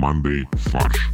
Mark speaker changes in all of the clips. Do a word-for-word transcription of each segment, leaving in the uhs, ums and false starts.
Speaker 1: командой «Фарш».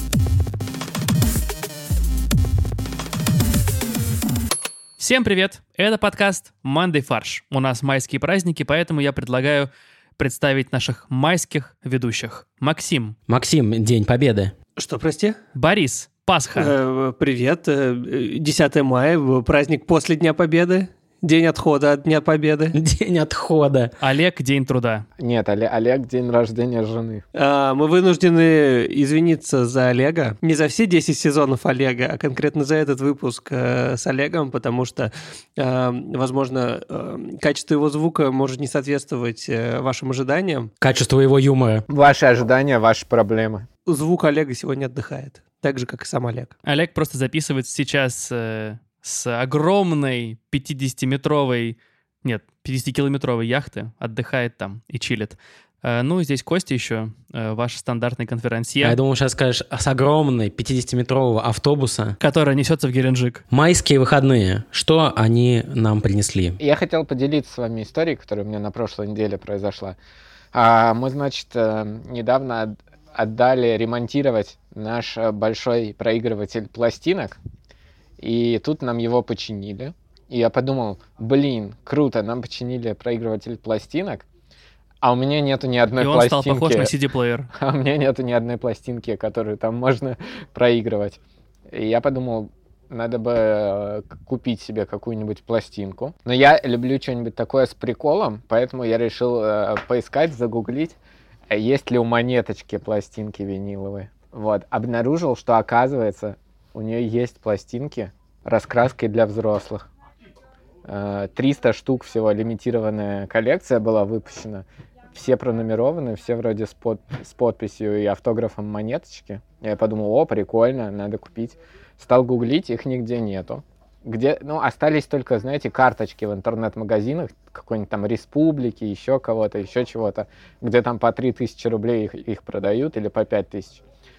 Speaker 2: Всем привет! Это подкаст «Мандай фарш». У нас майские праздники, поэтому я предлагаю представить наших майских ведущих. Максим.
Speaker 3: Максим, День Победы.
Speaker 4: Что, прости?
Speaker 2: Борис. Пасха.
Speaker 4: Э, привет. десятое мая, праздник после Дня Победы. День отхода от Дня Победы.
Speaker 3: День отхода.
Speaker 2: Олег. День труда.
Speaker 5: Нет, Олег, день рождения жены.
Speaker 4: А, мы вынуждены извиниться за Олега. Не за все десять сезонов Олега, а конкретно за этот выпуск э, с Олегом, потому что, э, возможно, э, качество его звука может не соответствовать э, вашим ожиданиям.
Speaker 3: Качество его юмора.
Speaker 5: Ваши ожидания, ваши проблемы.
Speaker 4: Звук Олега сегодня отдыхает, так же, как и сам Олег.
Speaker 2: Олег просто записывает сейчас э, с огромной пятидесятиметровой, нет, пятидесятикилометровой яхты, отдыхает там и чилит. Э, ну, здесь Костя еще, э, ваш стандартный конферансье.
Speaker 3: А я думал, сейчас скажешь, с огромной пятидесятиметрового автобуса.
Speaker 2: Который несется в Геленджик.
Speaker 3: Майские выходные. Что они нам принесли?
Speaker 5: Я хотел поделиться с вами историей, которая у меня на прошлой неделе произошла. А, мы, значит, недавно отдали ремонтировать наш большой проигрыватель пластинок, и тут нам его починили. И я подумал, блин, круто, нам починили проигрыватель пластинок, а у меня нету ни одной
Speaker 2: и он
Speaker 5: пластинки.
Speaker 2: стал похож на си ди-плеер.
Speaker 5: А у меня нету ни одной пластинки, которую там можно проигрывать. И я подумал, надо бы купить себе какую-нибудь пластинку. Но я люблю что-нибудь такое с приколом, поэтому я решил э, поискать, загуглить, есть ли у Монеточки пластинки виниловые. Вот. Обнаружил, что, оказывается, у нее есть пластинки раскраской для взрослых. триста штук всего, лимитированная коллекция была выпущена. Все пронумерованы, все вроде с, под, с подписью и автографом Монеточки. Я подумал, о, прикольно, надо купить. Стал гуглить, их нигде нету. Где, ну, остались только, знаете, карточки в интернет-магазинах, какой-нибудь там Республики, еще кого-то, еще чего-то, где там по три тысячи рублей их, их продают или по пять тысяч.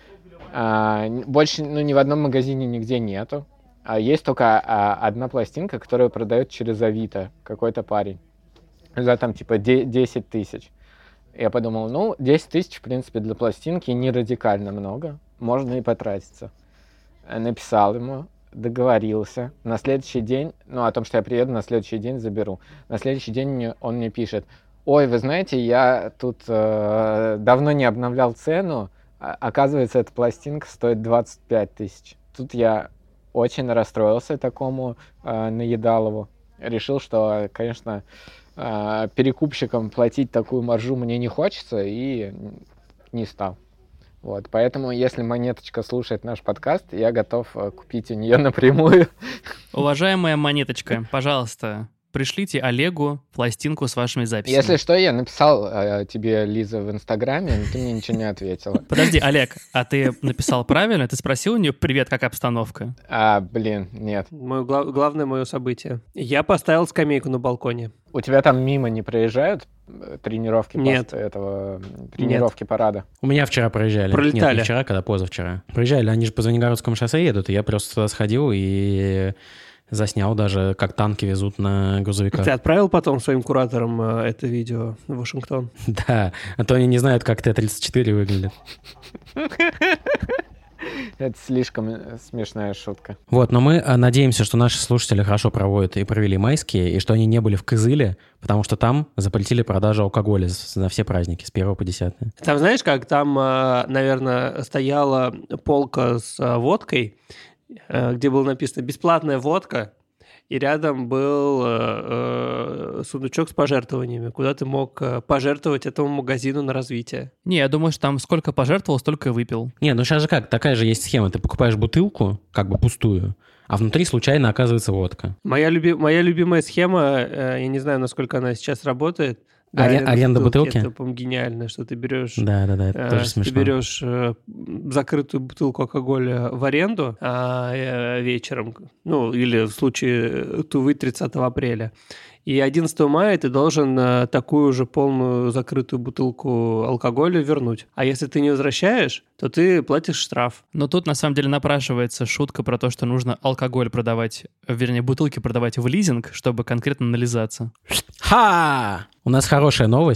Speaker 5: А, больше, ну, ни в одном магазине нигде нету. А есть только а, одна пластинка, которую продает через Авито какой-то парень. За там типа десять тысяч. Я подумал, ну, десять тысяч, в принципе, для пластинки не радикально много. Можно и потратиться. Написал ему, договорился. На следующий день, ну, о том, что я приеду, на следующий день заберу. На следующий день мне, он мне пишет, ой, вы знаете, я тут э, давно не обновлял цену, а, оказывается, эта пластинка стоит двадцать пять тысяч. Тут я очень расстроился такому э, наедалову. Решил, что, конечно, э, перекупщикам платить такую маржу мне не хочется, и не стал. Вот, поэтому, если Монеточка слушает наш подкаст, я готов э, купить у нее напрямую.
Speaker 2: Уважаемая Монеточка, пожалуйста, пришлите Олегу пластинку с вашими записями.
Speaker 5: Если что, я написал э, тебе, Лиза, в Инстаграме, но ты мне ничего не ответила.
Speaker 2: Подожди, Олег, а ты написал правильно? Ты спросил у нее «Привет, как обстановка»?
Speaker 5: А, блин, нет.
Speaker 4: Мое, глав, главное мое событие. Я поставил скамейку на балконе.
Speaker 5: У тебя там мимо не проезжают тренировки
Speaker 4: Нет.
Speaker 5: этого тренировки
Speaker 4: Нет.
Speaker 5: парада?
Speaker 3: У меня вчера проезжали.
Speaker 4: Пролетали.
Speaker 3: Нет, не вчера, когда позавчера. Проезжали, они же по Звенигородскому шоссе едут, и я просто туда сходил и заснял даже, как танки везут на грузовиках.
Speaker 4: Ты отправил потом своим кураторам э, это видео в Вашингтон?
Speaker 3: Да, а то они не знают, как Т тридцать четыре выглядит.
Speaker 5: Это слишком смешная шутка.
Speaker 3: Вот, но мы надеемся, что наши слушатели хорошо проводят и провели майские, и что они не были в Кызыле, потому что там запретили продажу алкоголя на все праздники с первого по десятое.
Speaker 4: Там, знаешь как, там, э, наверное, стояла полка с э, водкой, э, где было написано «бесплатная водка», и рядом был э, э, сундучок с пожертвованиями, куда ты мог э, пожертвовать этому магазину на развитие.
Speaker 2: Не, я думаю, что там сколько пожертвовал, столько и выпил.
Speaker 3: Не, ну сейчас же как, такая же есть схема. Ты покупаешь бутылку, как бы пустую, а внутри случайно оказывается водка.
Speaker 4: Моя, люби... Моя любимая схема, э, я не знаю, насколько она сейчас работает.
Speaker 3: Да, аренда, аренда бутылки?
Speaker 4: Это, по-моему, гениально, что ты берешь...
Speaker 3: Да, да, да, это
Speaker 4: э,
Speaker 3: тоже смешно.
Speaker 4: Ты берешь э, закрытую бутылку алкоголя в аренду а, э, вечером, ну, или в случае Тувы тридцатого апреля. И одиннадцатого мая ты должен э, такую же полную закрытую бутылку алкоголя вернуть. А если ты не возвращаешь, то ты платишь штраф.
Speaker 2: Но тут, на самом деле, напрашивается шутка про то, что нужно алкоголь продавать, вернее, бутылки продавать в лизинг, чтобы конкретно нализаться.
Speaker 3: Ха! У нас хорошая новость.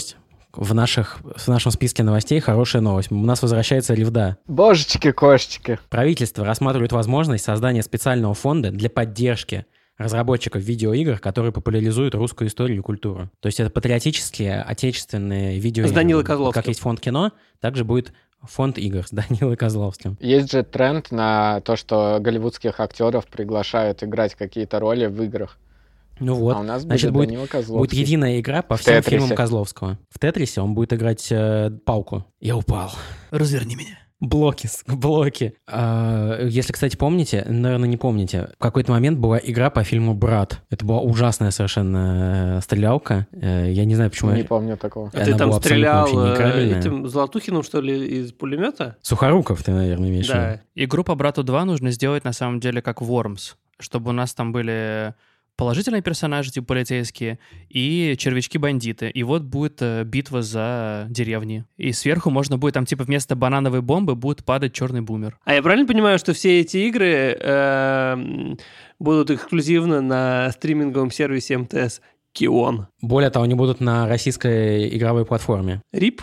Speaker 3: в, наших, в нашем списке новостей хорошая новость. У нас возвращается Ревда.
Speaker 5: Божечки-кошечки.
Speaker 3: Правительство рассматривает возможность создания специального фонда для поддержки разработчиков видеоигр, которые популяризуют русскую историю и культуру. То есть это патриотические, отечественные видеоигры.
Speaker 4: С Данилой Козловским.
Speaker 3: Как есть фонд кино, также будет фонд игр с Данилой Козловским.
Speaker 5: Есть же тренд на то, что голливудских актеров приглашают играть какие-то роли в играх.
Speaker 3: Ну вот,
Speaker 5: а у нас
Speaker 3: значит,
Speaker 5: будет,
Speaker 3: будет, будет единая игра по
Speaker 5: в
Speaker 3: всем
Speaker 5: Тетрисе.
Speaker 3: фильмам Козловского. В Тетрисе он будет играть э, палку. Я упал.
Speaker 2: Разверни меня.
Speaker 3: Блоки, блоки. А, если, кстати, помните, наверное, не помните, в какой-то момент была игра по фильму «Брат». Это была ужасная совершенно стрелялка. Я не знаю, почему...
Speaker 5: Не помню такого.
Speaker 4: А ты там стрелял
Speaker 3: неиграбельная.
Speaker 4: этим Золотухиным, что ли, из пулемета?
Speaker 3: Сухоруков ты, наверное, имеешь в виду?
Speaker 4: Да.
Speaker 2: Игру по «Брату два» нужно сделать, на самом деле, как Worms, чтобы у нас там были положительные персонажи, типа полицейские, и червячки-бандиты. И вот будет э, битва за деревни. И сверху можно будет, там типа вместо банановой бомбы будет падать черный бумер.
Speaker 4: А я правильно понимаю, что все эти игры э, будут эксклюзивно на стриминговом сервисе эм тэ эс Kion?
Speaker 3: Более того, они будут на российской игровой платформе.
Speaker 4: рип?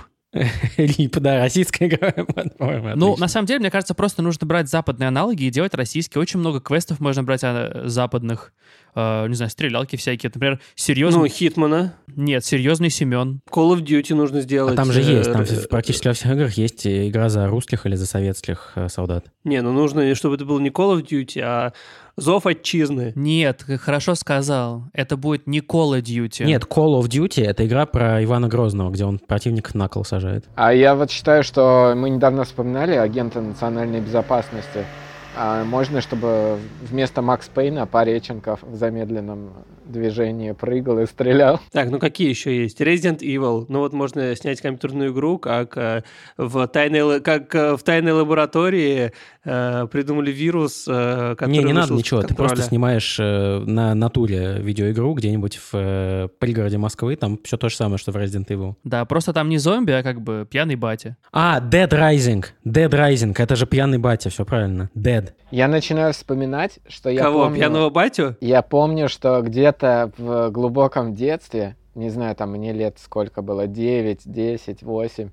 Speaker 3: рип, да, российская игровая платформа.
Speaker 2: Ну,
Speaker 3: отлично.
Speaker 2: на самом деле, мне кажется, просто нужно брать западные аналоги и делать российские. Очень много квестов можно брать а, западных. Э, не знаю, стрелялки всякие. Например, серьезный...
Speaker 4: Ну, Хитмана.
Speaker 2: Нет, серьезный Семен.
Speaker 4: Call of Duty нужно сделать.
Speaker 3: А там же есть, там
Speaker 4: э,
Speaker 3: практически во всех играх есть игра за русских или за советских э, солдат.
Speaker 4: Не, ну нужно, чтобы это был не Call of Duty, а Зов Отчизны.
Speaker 2: Нет, хорошо сказал. Это будет не Call of Duty.
Speaker 3: Нет, Call of Duty — это игра про Ивана Грозного, где он противников на кол сажает.
Speaker 5: А я вот считаю, что мы недавно вспоминали агента национальной безопасности. А можно, чтобы вместо Макс Пейна Пореченков в замедленном движении прыгал и стрелял?
Speaker 4: Так, ну какие еще есть? Resident Evil. Ну вот можно снять компьютерную игру, как э, в тайной, как э, в тайной лаборатории э, придумали вирус, э, который
Speaker 3: Не, не надо
Speaker 4: вышел
Speaker 3: ничего,
Speaker 4: из-под
Speaker 3: ты просто
Speaker 4: контроля.
Speaker 3: снимаешь э, на натуре видеоигру где-нибудь в э, пригороде Москвы, там все то же самое, что в Resident Evil.
Speaker 2: Да, просто там не зомби, а как бы пьяный батя.
Speaker 3: А, Dead Rising. Dead Rising, это же пьяный батя, все правильно. Dead.
Speaker 5: Я начинаю вспоминать, что я
Speaker 4: Кого?
Speaker 5: помню...
Speaker 4: Пьяного батю?
Speaker 5: Я помню, что где-то в глубоком детстве, не знаю, там мне лет сколько было, девять, десять, восемь,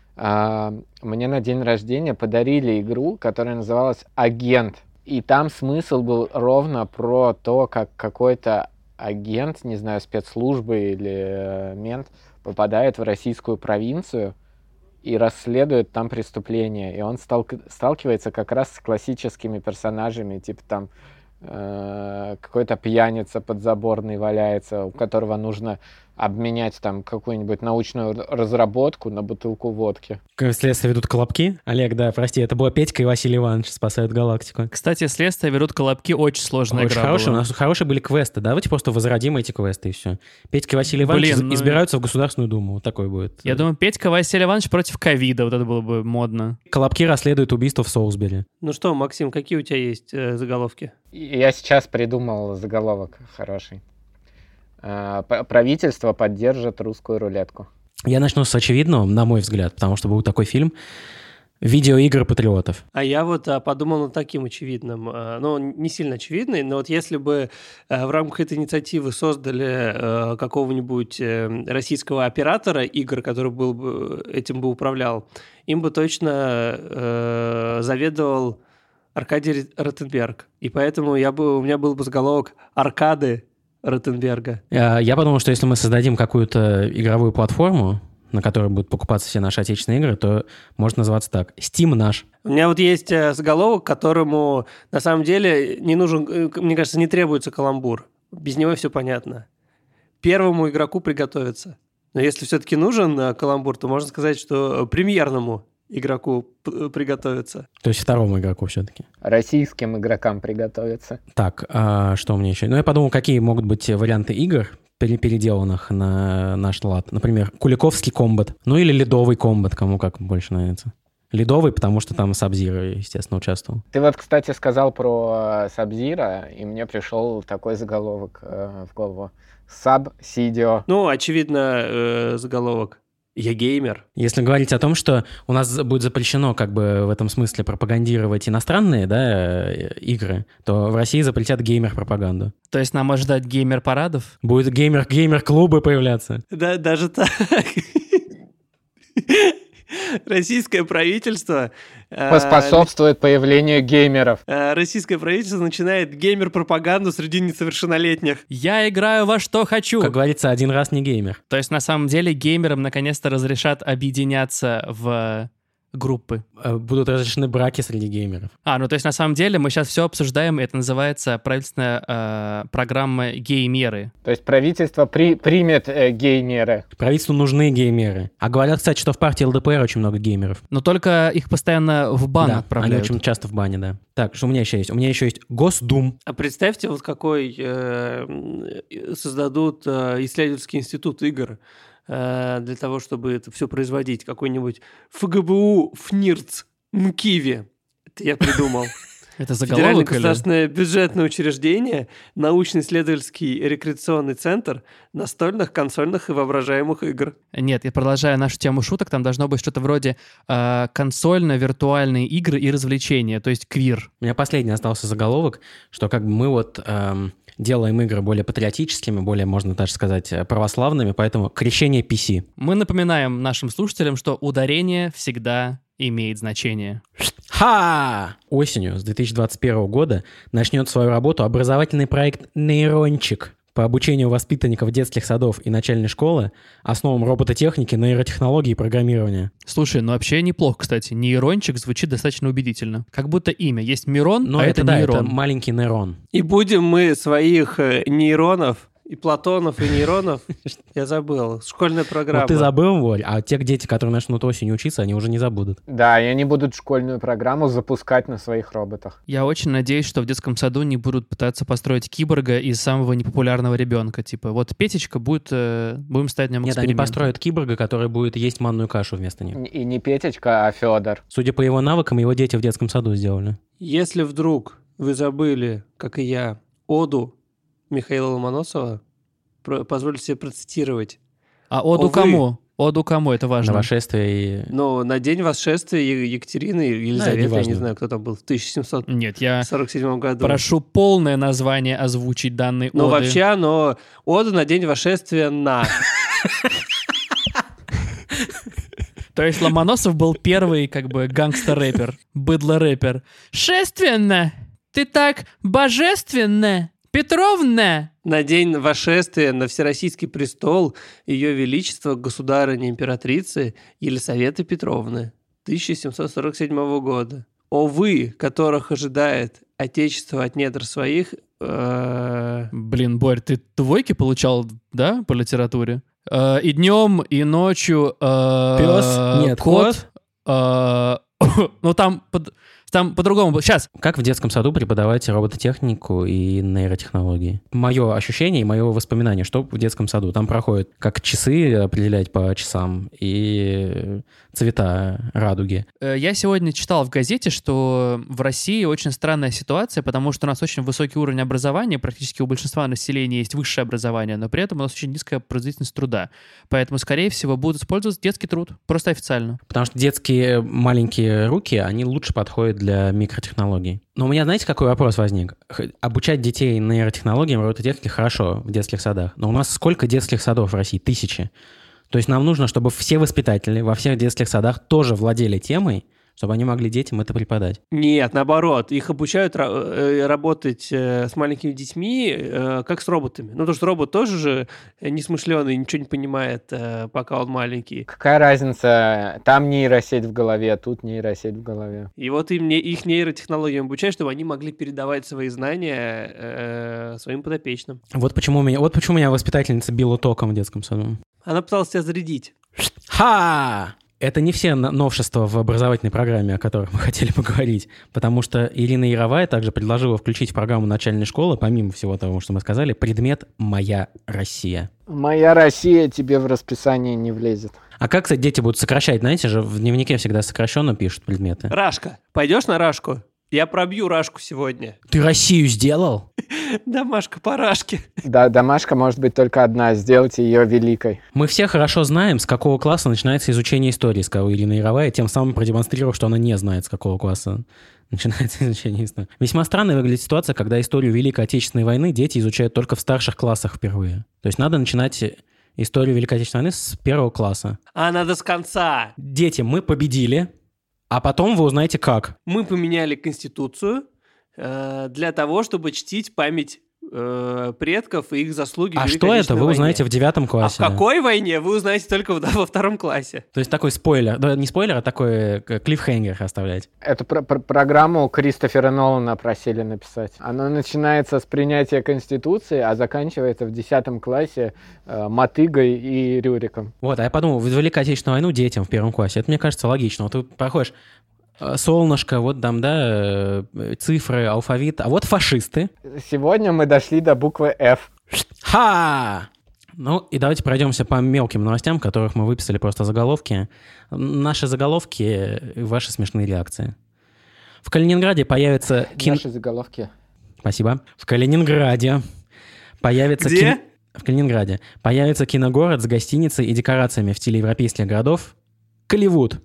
Speaker 5: а, мне на день рождения подарили игру, которая называлась «Агент». И там смысл был ровно про то, как какой-то агент, не знаю, спецслужбы или э, мент, попадает в российскую провинцию и расследует там преступления. И он сталк- сталкивается как раз с классическими персонажами, типа там э- какой-то пьяница подзаборный валяется, у которого нужно обменять там какую-нибудь научную разработку на бутылку водки.
Speaker 3: Следствие ведут колобки. Олег, да, прости, это было Петька и Василий Иванович спасают галактику.
Speaker 2: Кстати, следствие ведут колобки, очень сложная
Speaker 3: Очень
Speaker 2: игра
Speaker 3: хорошие, у
Speaker 2: была.
Speaker 3: нас хорошие были квесты. Давайте просто возродим эти квесты и все. Петька и Василий Иванович
Speaker 2: Блин, ну-
Speaker 3: избираются в Государственную Думу. Вот такой будет.
Speaker 2: Я думаю, Петька Василий Иванович против ковида, вот это было бы модно.
Speaker 3: Колобки расследуют убийство в Солсбери.
Speaker 4: Ну что, Максим, какие у тебя есть э, заголовки?
Speaker 5: И я сейчас придумал заголовок хороший. А, п- правительство поддержит русскую рулетку.
Speaker 3: Я начну с очевидного, на мой взгляд, потому что был такой фильм «Видеоигры патриотов».
Speaker 4: А я вот а, подумал над таким очевидным, а, ну, не сильно очевидный, но вот если бы а, в рамках этой инициативы создали а, какого-нибудь а, российского оператора игр, который был бы, этим бы управлял, им бы точно а, заведовал Аркадий Ротенберг. И поэтому я бы, у меня был бы заголовок «Аркады Ротенберга».
Speaker 3: Э, Я подумал, что если мы создадим какую-то игровую платформу, на которой будут покупаться все наши отечественные игры, то может называться так. Steam наш.
Speaker 4: У меня вот есть э, заголовок, которому на самом деле не нужен, э, мне кажется, не требуется каламбур. Без него все понятно. Первому игроку приготовиться. Но если все-таки нужен э, каламбур, то можно сказать, что премьерному игроку п- приготовиться.
Speaker 3: То есть второму игроку все-таки.
Speaker 5: Российским игрокам приготовиться.
Speaker 3: Так, а что у меня еще? Ну, я подумал, какие могут быть варианты игр, пере- переделанных на наш лад. Например, Куликовский комбат. Ну, или Ледовый комбат, кому как больше нравится. Ледовый, потому что там Саб-Зиро, естественно, участвовал.
Speaker 5: Ты вот, кстати, сказал про Саб-Зиро, и мне пришел такой заголовок э, в голову. Саб-Сидио.
Speaker 4: Ну, очевидно, э, заголовок «Я геймер».
Speaker 3: Если говорить о том, что у нас будет запрещено как бы в этом смысле пропагандировать иностранные, да, э, игры, то в России запретят геймер-пропаганду.
Speaker 2: То есть нам ожидать геймер-парадов?
Speaker 3: Будет геймер, геймер-клубы появляться.
Speaker 4: Да, даже так. Российское правительство...
Speaker 5: Поспособствует появлению геймеров.
Speaker 4: Российское правительство начинает геймер-пропаганду среди несовершеннолетних.
Speaker 2: Я играю во что хочу.
Speaker 3: Как говорится, один раз не геймер.
Speaker 2: То есть, на самом деле, геймерам наконец-то разрешат объединяться в группы.
Speaker 3: Будут разрешены браки среди геймеров.
Speaker 2: А, ну то есть, на самом деле, мы сейчас все обсуждаем, и это называется правительственная э, программа гей-меры.
Speaker 5: То есть правительство при, примет э, гей-меры.
Speaker 3: Правительству нужны геймеры. А говорят, кстати, что в партии эл дэ пэ эр очень много геймеров.
Speaker 2: Но только их постоянно в бан
Speaker 3: да,
Speaker 2: отправляют.
Speaker 3: Они очень часто в бане, да. Так, что у меня еще есть? У меня еще есть Госдум.
Speaker 4: А представьте, вот какой э, создадут э, исследовательский институт игр э, для того, чтобы это все производить. Какой-нибудь эф гэ бэ у ФНИРЦ МКИВИ. Это я придумал.
Speaker 2: Это
Speaker 4: Федеральное
Speaker 2: заголовок или?
Speaker 4: государственное бюджетное учреждение, научно-исследовательский рекреационный центр настольных, консольных и воображаемых игр.
Speaker 2: Нет, я продолжаю нашу тему шуток. Там должно быть что-то вроде э, консольно-виртуальные игры и развлечения, то есть квир.
Speaker 3: У меня последний остался заголовок, что как бы мы вот эм, делаем игры более патриотическими, более, можно даже сказать, православными, поэтому крещение пи си.
Speaker 2: Мы напоминаем нашим слушателям, что ударение всегда имеет значение.
Speaker 3: Ха! Осенью с две тысячи двадцать первого года начнет свою работу образовательный проект «Нейрончик» по обучению воспитанников детских садов и начальной школы основам робототехники, нейротехнологий и программирования.
Speaker 2: Слушай, ну вообще неплохо, кстати. Нейрончик звучит достаточно убедительно. Как будто имя. Есть Мирон,
Speaker 3: Но
Speaker 2: а
Speaker 3: это,
Speaker 2: это,
Speaker 3: да,
Speaker 2: нейрон.
Speaker 3: это маленький нейрон.
Speaker 4: И будем мы своих э, нейронов, и Платонов, и нейронов, я забыл, школьная программа.
Speaker 3: Вот ты забыл, Воль, а те дети, которые начнут осенью учиться, они уже не забудут.
Speaker 5: Да, и они будут школьную программу запускать на своих роботах.
Speaker 2: Я очень надеюсь, что в детском саду не будут пытаться построить киборга из самого непопулярного ребенка. Типа, вот Петечка будет, э, будем ставить в нем
Speaker 3: Нет, они
Speaker 2: эксперимент.
Speaker 3: построят киборга, который будет есть манную кашу вместо них.
Speaker 5: И не Петечка, а Федор.
Speaker 3: Судя по его навыкам, его дети в детском саду сделали.
Speaker 4: Если вдруг вы забыли, как и я, оду Михаила Ломоносова, про- позвольте себе процитировать.
Speaker 2: А оду
Speaker 4: Увы.
Speaker 2: кому? Оду кому? Это важно.
Speaker 3: На восшествие и...
Speaker 4: Ну, на день восшествия Е- Екатерины, Елизаветы, я
Speaker 3: неважно.
Speaker 4: не знаю, кто там был, в тысяча семьсот
Speaker 2: Нет, я
Speaker 4: сорок седьмом году.
Speaker 2: прошу полное название озвучить данной
Speaker 4: Ну,
Speaker 2: оды.
Speaker 4: вообще, оно ода на день восшествия на.
Speaker 2: То есть Ломоносов был первый, как бы, гангстер-рэпер, быдло-рэпер. «Шественно! Ты так божественно! Петровна!»
Speaker 4: На день восшествия на Всероссийский престол Ее Величества государыни императрицы Елисаветы Петровны тысяча семьсот сорок седьмого года. О вы, которых ожидает Отечество от недр своих... э,
Speaker 2: Блин, Борь, ты двойки получал, да, по литературе? Э, и днем, и ночью... э,
Speaker 3: Пёс? Нет,
Speaker 2: Кот? э, Ну, там... под- Там по-другому было. Сейчас.
Speaker 3: Как в детском саду преподавать робототехнику и нейротехнологии? Мое ощущение и мое воспоминание, что в детском саду. Там проходят как часы определять по часам и цвета радуги.
Speaker 2: Э, Я сегодня читал в газете, что в России очень странная ситуация, потому что у нас очень высокий уровень образования, практически у большинства населения есть высшее образование, но при этом у нас очень низкая производительность труда. Поэтому, скорее всего, будут использовать детский труд, просто официально.
Speaker 3: Потому что детские маленькие руки, они лучше подходят для микротехнологий. Но у меня, знаете, какой вопрос возник? Х- Обучать детей нейротехнологиям, робототехнике хорошо в детских садах. Но у нас сколько детских садов в России? Тысячи. То есть нам нужно, чтобы все воспитатели во всех детских садах тоже владели темой, чтобы они могли детям это преподать.
Speaker 4: Нет, наоборот, их обучают ра- э, работать э, с маленькими детьми, э, как с роботами. Ну, потому что робот тоже же несмышленый, ничего не понимает, э, пока он маленький.
Speaker 5: Какая разница? Там нейросеть в голове, а тут нейросеть в голове.
Speaker 4: И вот им не, их нейротехнологиям обучают, чтобы они могли передавать свои знания э, своим подопечным.
Speaker 3: Вот почему, меня, вот почему меня воспитательница била током в детском саду.
Speaker 4: Она пыталась тебя зарядить.
Speaker 3: Ха! Это не все но- новшества в образовательной программе, о которых мы хотели поговорить, потому что Ирина Яровая также предложила включить в программу начальной школы, помимо всего того, что мы сказали, предмет «Моя Россия».
Speaker 5: Моя Россия тебе в расписание не влезет.
Speaker 3: А как, кстати, дети будут сокращать? Знаете же, в дневнике всегда сокращенно пишут предметы.
Speaker 4: Рашка, пойдешь на Рашку? Я пробью Рашку сегодня.
Speaker 3: Ты Россию сделал?
Speaker 4: Домашка по Рашке.
Speaker 5: Да, домашка может быть только одна, сделайте ее великой.
Speaker 3: Мы все хорошо знаем, с какого класса начинается изучение истории, сказала Ирина Яровая, тем самым продемонстрировав, что она не знает, с какого класса начинается изучение истории. Весьма странной выглядит ситуация, когда историю Великой Отечественной войны дети изучают только в старших классах впервые. То есть надо начинать историю Великой Отечественной войны с первого класса.
Speaker 4: А, надо с конца.
Speaker 3: Дети, мы победили, а потом вы узнаете как.
Speaker 4: Мы поменяли Конституцию э, для того, чтобы чтить память э, предков и их заслуги в
Speaker 3: А
Speaker 4: Великой
Speaker 3: что это,
Speaker 4: Отечественной
Speaker 3: вы
Speaker 4: войне.
Speaker 3: узнаете в девятом
Speaker 4: А в
Speaker 3: классе.
Speaker 4: какой войне, вы узнаете только во, во втором классе.
Speaker 3: То есть такой спойлер, да, не спойлер, а такой э, клиффхенгер оставлять.
Speaker 5: Эту про- про- программу Кристофера Нолана просили написать. Она начинается с принятия Конституции, а заканчивается в десятом классе э, мотыгой и Рюриком.
Speaker 3: Вот, а я подумал, в Великой Отечественную войну детям в первом классе, это мне кажется логично. Вот ты проходишь э, солнышко, вот там, да, э, цифры, алфавит, а вот фашисты.
Speaker 5: Сегодня мы дошли до буквы F.
Speaker 3: Ха! Ну, и давайте пройдемся по мелким новостям, которых мы выписали просто заголовки. Наши заголовки и ваши смешные реакции. В Калининграде появится... Кин...
Speaker 5: Наши заголовки.
Speaker 3: Спасибо. В Калининграде появится...
Speaker 4: Где?
Speaker 3: Кин... В Калининграде появится киногород с гостиницей и декорациями в стиле европейских городов. Колливуд.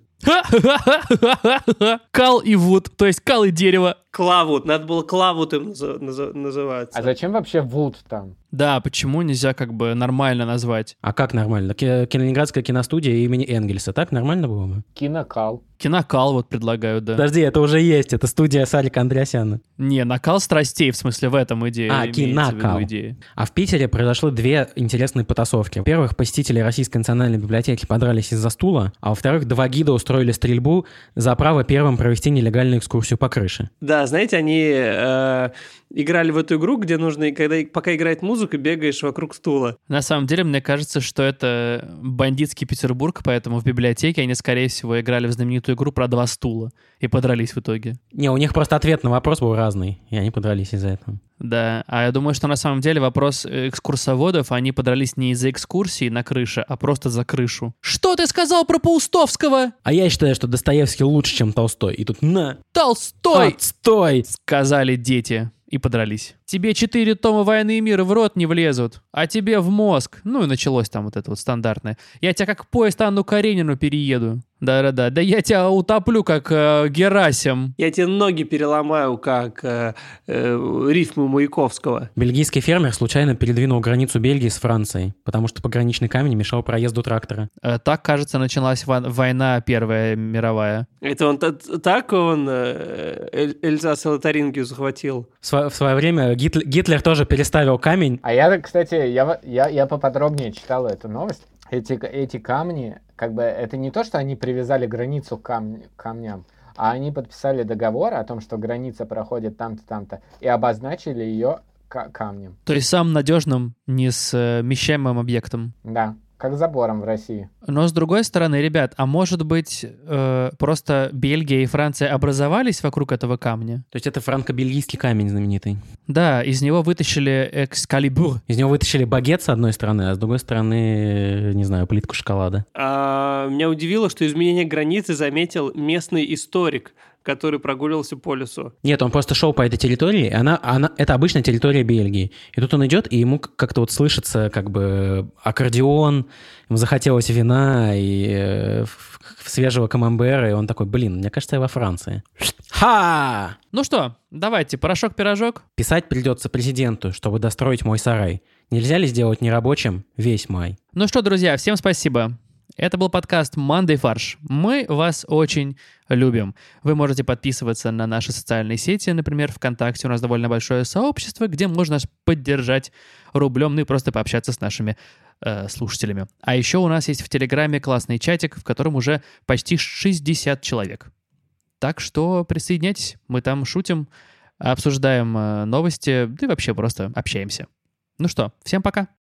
Speaker 2: Кал и вуд, то есть кал и дерево.
Speaker 4: Клавут, надо было Клавут им назы- назы- называться.
Speaker 5: А зачем вообще Вуд там?
Speaker 2: Да, почему нельзя как бы нормально назвать?
Speaker 3: А как нормально? Ки- Калининградская киностудия имени Энгельса. Так нормально было бы?
Speaker 5: Кинокал.
Speaker 2: Кинокал вот предлагают, да.
Speaker 3: Подожди, это уже есть. Это студия Сарика Андреасяна.
Speaker 2: Не, накал страстей, в смысле, в этом идея.
Speaker 3: А,
Speaker 2: имеется в виду
Speaker 3: кинокал.
Speaker 2: идея.
Speaker 3: А в Питере произошло две интересные потасовки. Во-первых, посетители Российской национальной библиотеки подрались из-за стула, а во-вторых, два гида устроили стрельбу за право первым провести нелегальную экскурсию по крыше.
Speaker 4: Да, знаете, они э, играли в эту игру, где нужно, когда, пока играет музыка, бегаешь вокруг стула.
Speaker 2: На самом деле, мне кажется, что это бандитский Петербург, поэтому в библиотеке они, скорее всего, играли в знаменитую игру про два стула и подрались в итоге.
Speaker 3: Не, у них просто ответ на вопрос был разный, и они подрались из-за этого.
Speaker 2: Да, а я думаю, что на самом деле вопрос экскурсоводов, они подрались не из-за экскурсии на крыше, а просто за крышу. Что ты сказал про Паустовского?
Speaker 3: А я считаю, что Достоевский лучше, чем Толстой. И тут на...
Speaker 2: Толстой!
Speaker 3: Отстой!
Speaker 2: Сказали дети и подрались. Тебе четыре тома «Войны и мира» в рот не влезут, а тебе в мозг. Ну и началось там вот это вот стандартное. Я тебя как поезд Анну Каренину перееду. Да-да-да. Да я тебя утоплю, как э, Герасим.
Speaker 4: Я тебе ноги переломаю, как э, э, рифмы Маяковского.
Speaker 3: Бельгийский фермер случайно передвинул границу Бельгии с Францией, потому что пограничный камень мешал проезду трактора.
Speaker 2: Э, так, кажется, началась во- война Первая мировая.
Speaker 4: Это он т- так он э, Эль- Эльзас и Лотарингию захватил.
Speaker 3: В, сво- в свое время Гитлер, Гитлер тоже переставил камень.
Speaker 5: А я, кстати, я, я, я поподробнее читал эту новость. Эти, эти камни, как бы, это не то, что они привязали границу к кам- камням, а они подписали договор о том, что граница проходит там-то, там-то, и обозначили ее к- камнем.
Speaker 2: То есть самым надежным, несмещаемым объектом.
Speaker 5: Да, как забором в России.
Speaker 2: Но с другой стороны, ребят, а может быть э, просто Бельгия и Франция образовались вокруг этого камня?
Speaker 3: То есть это франко-бельгийский камень знаменитый.
Speaker 2: Да, из него вытащили экскалибур.
Speaker 3: Из него вытащили багет с одной стороны, а с другой стороны, не знаю, плитку шоколада.
Speaker 4: А, меня удивило, что изменение границы заметил местный историк, который прогуливался по лесу.
Speaker 3: Нет, он просто шел по этой территории, и она, она, это обычная территория Бельгии. И тут он идет, и ему как-то вот слышится как бы аккордеон, ему захотелось вина и э, свежего камамбера, и он такой, блин, мне кажется, я во Франции. Ха!
Speaker 2: Ну что, давайте, порошок-пирожок.
Speaker 3: Писать придется президенту, чтобы достроить мой сарай. Нельзя ли сделать нерабочим весь май?
Speaker 2: Ну что, друзья, всем спасибо. Это был подкаст «Мандай фарш». Мы вас очень любим. Вы можете подписываться на наши социальные сети, например, ВКонтакте. У нас довольно большое сообщество, где можно нас поддержать рублем, ну и просто пообщаться с нашими э, слушателями. А еще у нас есть в Телеграме классный чатик, в котором уже почти шестьдесят человек. Так что присоединяйтесь. Мы там шутим, обсуждаем э, новости, да и вообще просто общаемся. Ну что, всем пока.